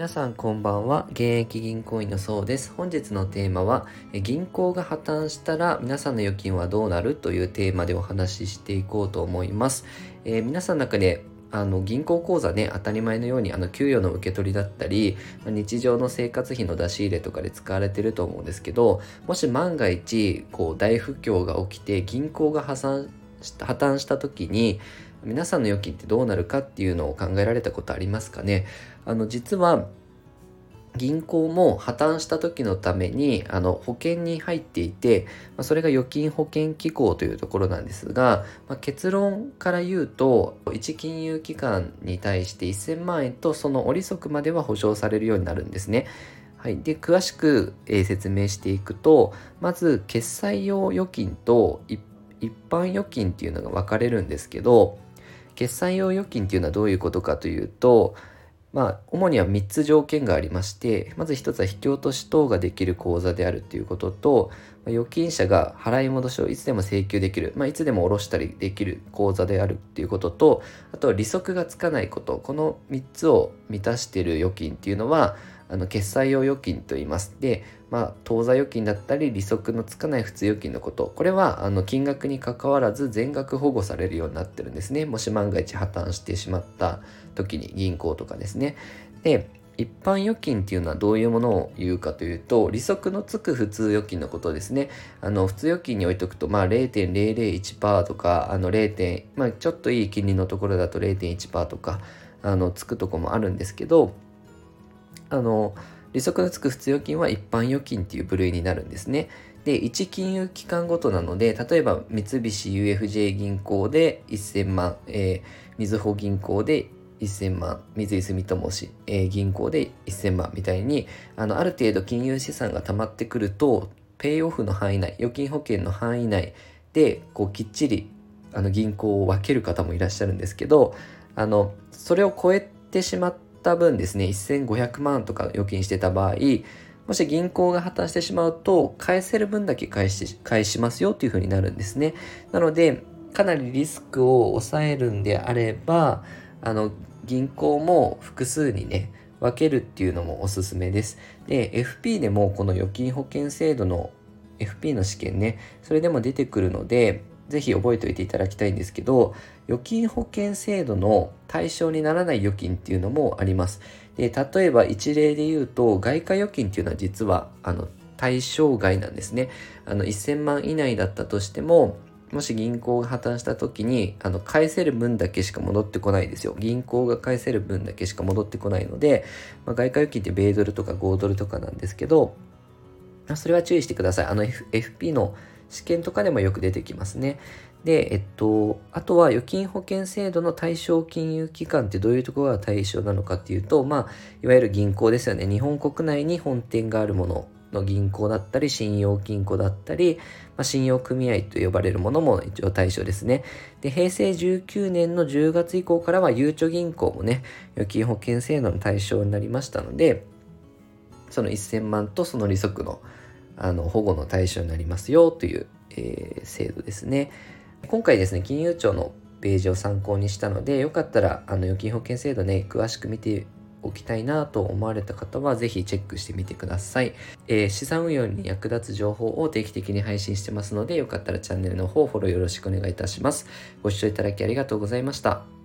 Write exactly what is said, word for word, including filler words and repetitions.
皆さんこんばんは。現役銀行員のそうです。本日のテーマは銀行が破綻したら皆さんの預金はどうなるというテーマでお話ししていこうと思います。えー、皆さんの中であの銀行口座ね、当たり前のようにあの給与の受け取りだったり日常の生活費の出し入れとかで使われてると思うんですけど、もし万が一こう大不況が起きて銀行が破産した破綻した時に皆さんの預金ってどうなるかっていうのを考えられたことありますかね。あの実は銀行も破綻した時のためにあの保険に入っていて、まあ、それが預金保険機構というところなんですが、まあ、結論から言うといち金融機関に対してせんまんえんとその利息までは保証されるようになるんですね。はい、で詳しく、えー説明していくと、まず決済用預金と一般預金っていうのが分かれるんですけど、決済用預金っていうのはどういうことかというと、まあ、主にはみっつ条件がありまして、まずひとつは引き落とし等ができる口座であるということと、預金者が払い戻しをいつでも請求できる、まあ、いつでも下ろしたりできる口座であるということと、あとは利息がつかないこと、このみっつを満たしている預金っていうのは、あの決済用預金と言います。で、まあ、当座預金だったり利息のつかない普通預金のこと、これはあの金額に関わらず全額保護されるようになってるんですね。もし万が一破綻してしまった時に銀行とかですね。で、一般預金っていうのはどういうものを言うかというと、利息のつく普通預金のことですね。あの普通預金に置いとくと、まあ、れいてんぜろぜろいちパーセント とか、あの0. まあ、ちょっといい金利のところだと れいてんいちパーセント とかあのつくとこもあるんですけど、あの利息のつく普通預金は一般預金っていう部類になるんですね。で、いち金融機関ごとなので、例えば三菱 ユーエフジェー 銀行でせんまん、えー、みずほ銀行でせんまん、三井住友、えー、銀行でせんまんみたいに、あのある程度金融資産が溜まってくると、ペイオフの範囲内、預金保険の範囲内でこうきっちりあの銀行を分ける方もいらっしゃるんですけど、あのそれを超えてしまった分ですね、せんごひゃくまんとか預金してた場合、もし銀行が破綻してしまうと返せる分だけ返し返しますよっていう風になるんですね。なのでかなりリスクを抑えるんであれば、あの銀行も複数にね分けるっていうのもおすすめです。で、エフピー でもこの預金保険制度の エフピー の試験ね、それでも出てくるので、ぜひ覚えておいていただきたいんですけど、預金保険制度の対象にならない預金っていうのもあります。で、例えば一例で言うと、外貨預金っていうのは実はあの対象外なんですね。あのせんまん以内だったとしても、もし銀行が破綻した時にあの返せる分だけしか戻ってこないですよ。銀行が返せる分だけしか戻ってこないので、まあ、外貨預金って米ドルとか豪ドルとかなんですけど、それは注意してください。あの F- エフピー の試験とかでもよく出てきますね。で、えっと、あとは預金保険制度の対象金融機関ってどういうところが対象なのかっていうと、まあ、いわゆる銀行ですよね。日本国内に本店があるものの銀行だったり、信用金庫だったり、まあ、信用組合と呼ばれるものも一応対象ですね。で、へいせいじゅうきゅうねんのじゅうがつ以降からはゆうちょ銀行もね、預金保険制度の対象になりましたので、そのせんまんとその利息のあの保護の対象になりますよという、えー制度ですね。今回ですね、金融庁のページを参考にしたので、よかったらあの預金保険制度ね、詳しく見ておきたいなと思われた方はぜひチェックしてみてください。えー資産運用に役立つ情報を定期的に配信してますので、よかったらチャンネルの方フォローよろしくお願いいたします。ご視聴いただきありがとうございました。